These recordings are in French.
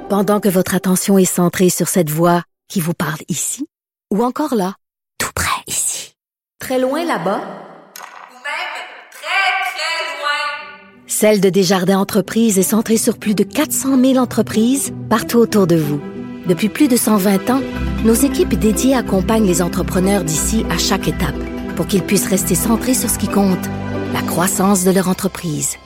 Pendant que votre attention est centrée sur cette voix qui vous parle ici, ou encore là, tout près ici, très loin là-bas, ou même très, très loin. Celle de Desjardins Entreprises est centrée sur plus de 400 000 entreprises partout autour de vous. Depuis plus de 120 ans, nos équipes dédiées accompagnent les entrepreneurs d'ici à chaque étape pour qu'ils puissent rester centrés sur ce qui compte, la croissance de leur entreprise.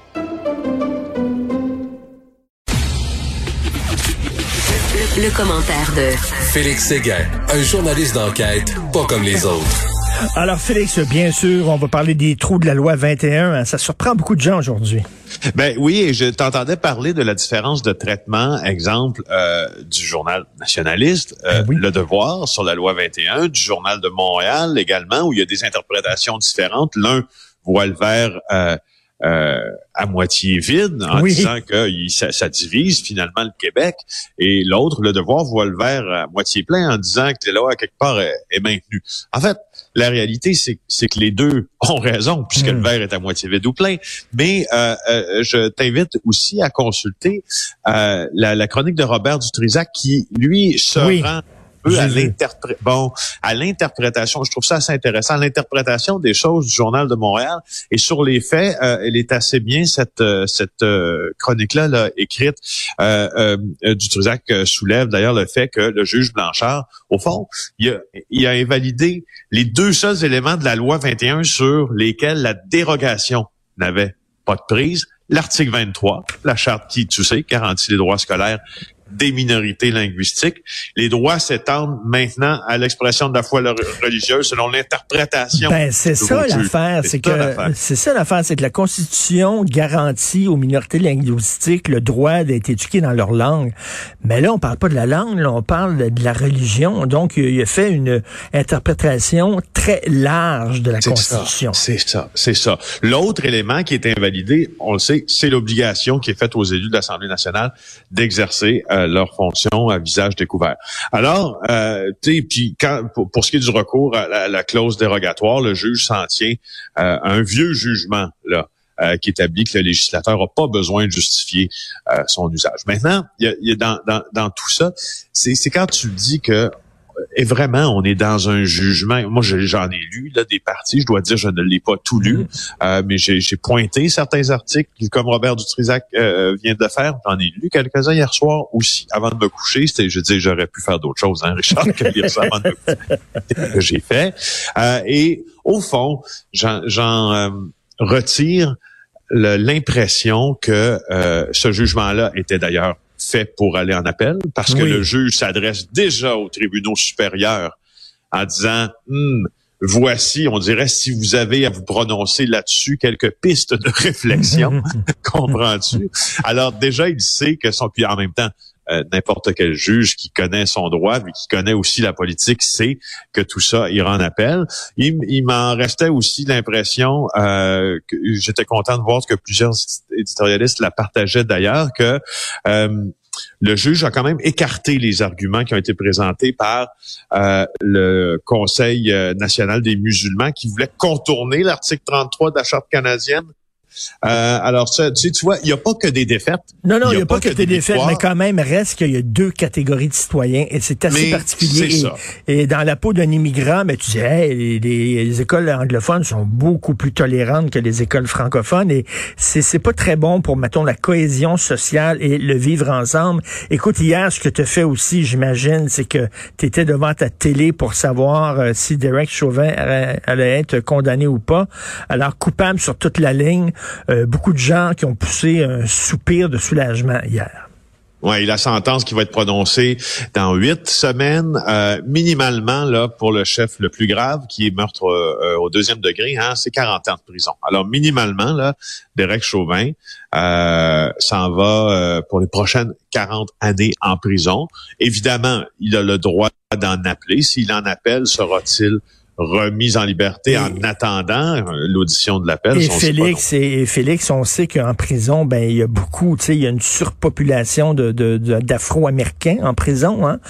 Le commentaire de Félix Séguin, un journaliste d'enquête pas comme les autres. Alors Félix, bien sûr, on va parler des trous de la loi 21. Hein, ça surprend beaucoup de gens aujourd'hui. Ben oui, et je t'entendais parler de la différence de traitement, exemple, du journal nationaliste, Oui. Le Devoir sur la loi 21, du journal de Montréal également, où il y a des interprétations différentes. L'un voit le verre à moitié vide, en disant que ça divise finalement le Québec, et l'autre, Le Devoir, voit le verre à moitié plein en disant que la loi, quelque part, est maintenue. En fait, la réalité, c'est que les deux ont raison, puisque le verre est à moitié vide ou plein. Mais je t'invite aussi à consulter la chronique de Robert Dutrisac, qui, lui, se rend à l'interprétation. Je trouve ça assez intéressant, l'interprétation des choses du Journal de Montréal. Et sur les faits, elle est assez bien, cette chronique-là là, écrite. Dutrisac soulève d'ailleurs le fait que le juge Blanchard, au fond, il a invalidé les deux seuls éléments de la loi 21 sur lesquels la dérogation n'avait pas de prise. L'article 23, la charte qui, tu sais, garantit les droits scolaires des minorités linguistiques. Les droits s'étendent maintenant à l'expression de la foi religieuse selon l'interprétation. Ben, c'est ça l'affaire, c'est que la Constitution garantit aux minorités linguistiques le droit d'être éduquées dans leur langue. Mais là, on parle pas de la langue, là, on parle de la religion. Donc, il a fait une interprétation très large de la Constitution. C'est ça. L'autre élément qui est invalidé, on le sait, c'est l'obligation qui est faite aux élus de l'Assemblée nationale d'exercer leur fonction à visage découvert. Alors, puis pour ce qui est du recours à la clause dérogatoire, le juge s'en tient à un vieux jugement là qui établit que le législateur n'a pas besoin de justifier son usage. Maintenant, il y a dans tout ça, c'est quand tu dis que et vraiment, on est dans un jugement. Moi, j'en ai lu là des parties. Je dois dire, je ne l'ai pas tout lu, mais j'ai pointé certains articles, comme Robert Dutrisac vient de le faire. J'en ai lu quelques-uns hier soir aussi, avant de me coucher. Je dis, j'aurais pu faire d'autres choses, hein, Richard, que lire ça avant de me coucher. Que j'ai fait. Et au fond, j'en retire l'impression que ce jugement-là était d'ailleurs fait pour aller en appel, parce que le juge s'adresse déjà aux tribunaux supérieurs en disant voici, on dirait, si vous avez à vous prononcer là-dessus quelques pistes de réflexion, comprends-tu? Alors déjà, il sait que puis en même temps, n'importe quel juge qui connaît son droit, mais qui connaît aussi la politique, sait que tout ça ira en appel. Il m'en restait aussi l'impression, que j'étais content de voir que plusieurs éditorialistes la partageaient d'ailleurs, que le juge a quand même écarté les arguments qui ont été présentés par le Conseil national des musulmans qui voulait contourner l'article 33 de la Charte canadienne. Alors, tu vois, il n'y a pas que des défaites. Non, il n'y a pas que des défaites, mais quand même, reste qu'il y a deux catégories de citoyens, et c'est assez particulier. C'est ça. Et dans la peau d'un immigrant, tu dis, les écoles anglophones sont beaucoup plus tolérantes que les écoles francophones, et c'est pas très bon pour, mettons, la cohésion sociale et le vivre ensemble. Écoute, hier, ce que tu as fait aussi, j'imagine, c'est que tu étais devant ta télé pour savoir si Derek Chauvin allait être condamné ou pas. Alors, coupable sur toute la ligne. Beaucoup de gens qui ont poussé un soupir de soulagement hier. Oui, la sentence qui va être prononcée dans 8 semaines, minimalement là pour le chef le plus grave, qui est meurtre au 2e degré, c'est 40 ans de prison. Alors minimalement là, Derek Chauvin s'en va pour les prochaines 40 années en prison. Évidemment, il a le droit d'en appeler. S'il en appelle, sera-t-il remis en liberté en attendant l'audition de l'appel. Et Félix, on sait qu'en prison, ben il y a beaucoup, tu sais, il y a une surpopulation d'Afro-Américains en prison. Hein.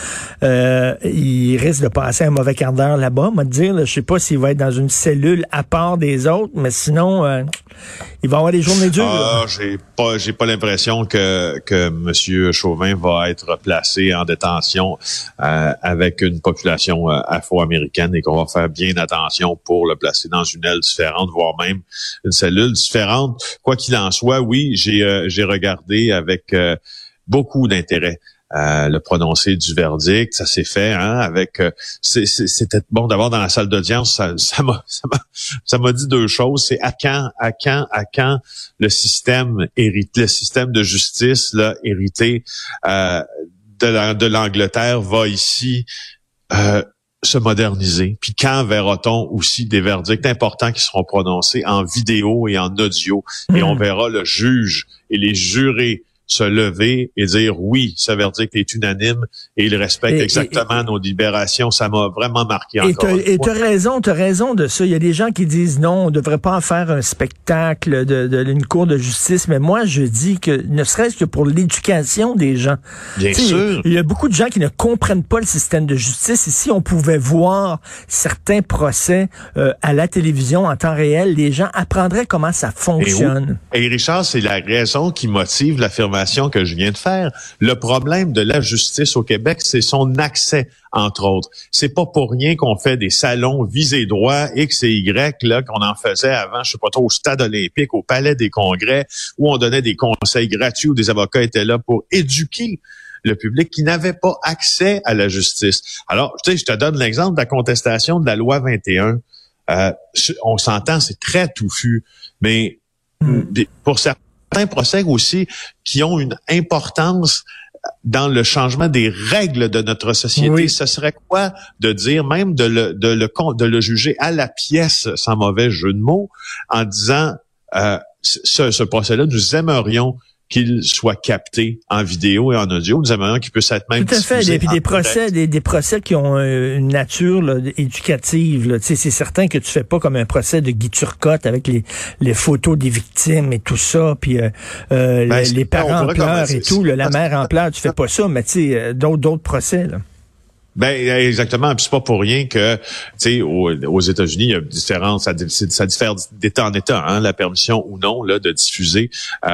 Il risque de passer un mauvais quart d'heure là-bas. Moi, te dire, là, je sais pas s'il va être dans une cellule à part des autres, mais sinon, il va avoir des journées dures. J'ai pas l'impression que Monsieur Chauvin va être placé en détention avec une population afro-américaine et qu'on va faire bien attention pour le placer dans une aile différente, voire même une cellule différente. Quoi qu'il en soit, oui, j'ai regardé avec beaucoup d'intérêt le prononcé du verdict. Ça s'est fait, hein, avec c'était bon d'abord dans la salle d'audience. Ça m'a dit deux choses. C'est à quand le système de justice là hérité de l'Angleterre va ici se moderniser. Puis quand verra-t-on aussi des verdicts importants qui seront prononcés en vidéo et en audio, et on verra le juge et les jurés se lever et dire oui, ce verdict est unanime et il respecte exactement nos libérations. Ça m'a vraiment marqué encore. Et t'as raison de ça. Il y a des gens qui disent non, on devrait pas en faire un spectacle d'une cour de justice, mais moi je dis que ne serait-ce que pour l'éducation des gens. Bien sûr. Il y a beaucoup de gens qui ne comprennent pas le système de justice. Et si on pouvait voir certains procès à la télévision en temps réel, les gens apprendraient comment ça fonctionne. Et Richard, c'est la raison qui motive l'affirmation que je viens de faire. Le problème de la justice au Québec, c'est son accès, entre autres. C'est pas pour rien qu'on fait des salons visés droit X et Y, là, qu'on en faisait avant, je sais pas trop, au Stade olympique, au Palais des Congrès, où on donnait des conseils gratuits, où des avocats étaient là pour éduquer le public qui n'avait pas accès à la justice. Alors, tu sais, je te donne l'exemple de la contestation de la loi 21. On s'entend, c'est très touffu, mais pour certains procès aussi qui ont une importance dans le changement des règles de notre société. Oui. Ce serait quoi de dire, même de le juger à la pièce, sans mauvais jeu de mots, en disant ce procès-là, nous aimerions qu'il soit capté en vidéo et en audio. Nous aimerions qu'il puisse être même diffusé. Tout à fait. Et puis des procès qui ont une nature là, éducative. Là. C'est certain que tu fais pas comme un procès de Guy Turcotte avec les photos des victimes et tout ça. Puis les parents pleurent et tout. Là, la mère en pleure. Tu fais pas ça, mais tu sais, d'autres procès. Là. Ben exactement, puis c'est pas pour rien que tu sais aux États-Unis il y a différence, ça diffère d'État en État, hein, la permission ou non là de diffuser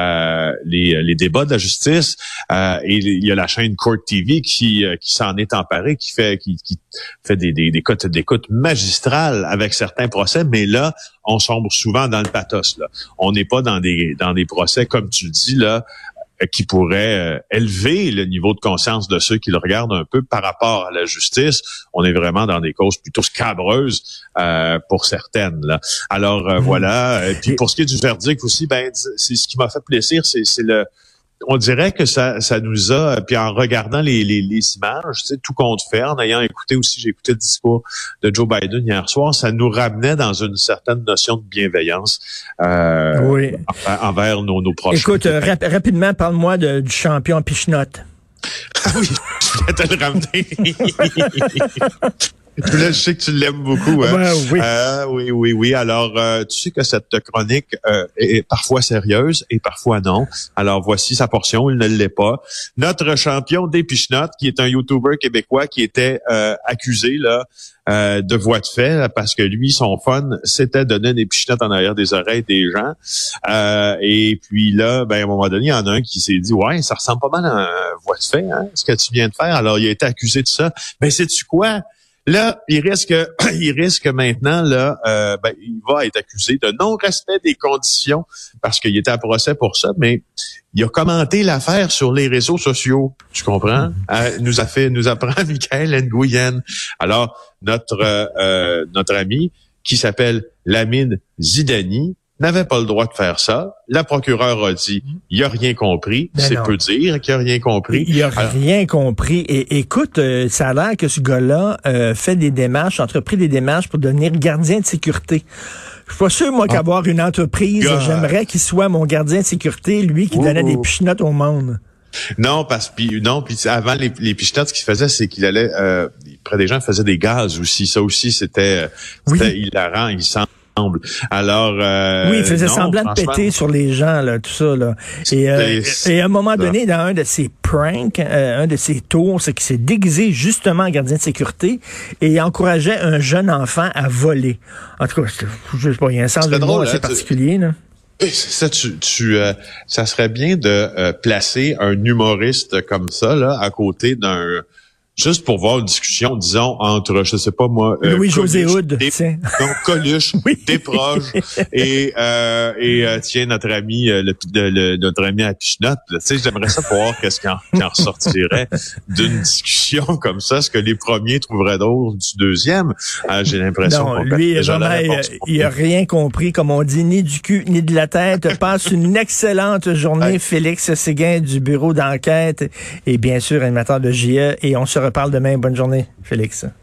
les débats de la justice, et il y a la chaîne Court TV qui s'en est emparée, qui fait des cotes d'écoute magistrales avec certains procès, mais là on sombre souvent dans le pathos là. On n'est pas dans des procès comme tu le dis là, qui pourrait élever le niveau de conscience de ceux qui le regardent un peu par rapport à la justice. On est vraiment dans des causes plutôt scabreuses pour certaines. Là. Alors voilà. Puis pour ce qui est du verdict aussi, ben c'est ce qui m'a fait plaisir, c'est on dirait que ça nous a, puis en regardant les images, tu sais, tout compte fait, en ayant écouté aussi, j'ai écouté le discours de Joe Biden hier soir, ça nous ramenait dans une certaine notion de bienveillance oui. envers nos proches. Écoute, rapidement, parle-moi du champion Pichenotte. Ah oui, je voulais te le ramener. Là, je sais que tu l'aimes beaucoup. Hein? Oui. Oui. Alors, tu sais que cette chronique est parfois sérieuse et parfois non. Alors, voici sa portion. Il ne l'est pas. Notre champion des Pichenottes, qui est un YouTuber québécois qui était accusé là de voie de fait là, parce que lui, son fun, c'était de donner des pichenottes en arrière des oreilles des gens. Et puis là, ben à un moment donné, il y en a un qui s'est dit, ouais, ça ressemble pas mal à un voie de fait, hein, ce que tu viens de faire. Alors, il a été accusé de ça. Ben, sais-tu quoi? Là, il risque maintenant, là, il va être accusé de non-respect des conditions parce qu'il était à procès pour ça, mais il a commenté l'affaire sur les réseaux sociaux. Tu comprends? Nous apprend Michael Nguyen. Alors, notre ami, qui s'appelle Lamine Zidani, n'avait pas le droit de faire ça. La procureure a dit, il a rien compris. Ben c'est non. peu dire qu'il a rien compris. Il a rien compris. Et écoute, ça a l'air que ce gars-là entrepris des démarches pour devenir gardien de sécurité. Je suis pas sûr, moi, qu'avoir une entreprise, j'aimerais qu'il soit mon gardien de sécurité, lui qui donnait des pichenottes au monde. Non, puis avant les pichenettes, ce qu'il faisait, c'est qu'il allait près des gens, il faisait des gaz aussi. Ça aussi, c'était hilarant, il semble. Alors oui, il faisait semblant de péter sur les gens, là, tout ça, là. Et à un moment donné, dans un de ses pranks, un de ses tours, c'est qu'il s'est déguisé justement en gardien de sécurité et il encourageait un jeune enfant à voler. En tout cas, je sais pas, il y a un sens de l'humour assez particulier, là. Ça, ça serait bien de placer un humoriste comme ça là à côté d'un, juste pour voir une discussion, disons entre, je sais pas moi, Louis-José Hood, Coluche, Desproges et tiens notre ami notre ami à Pichenotte. Tu sais, j'aimerais ça pour voir qu'est-ce qui en ressortirait d'une discussion comme ça. Est-ce que les premiers trouveraient drôle du deuxième? J'ai l'impression non, lui, vraiment, il a rien compris, comme on dit, ni du cul ni de la tête. Passe une excellente journée, Félix Séguin du bureau d'enquête et bien sûr animateur de JE. Et on se reparle demain. Bonne journée, Félix.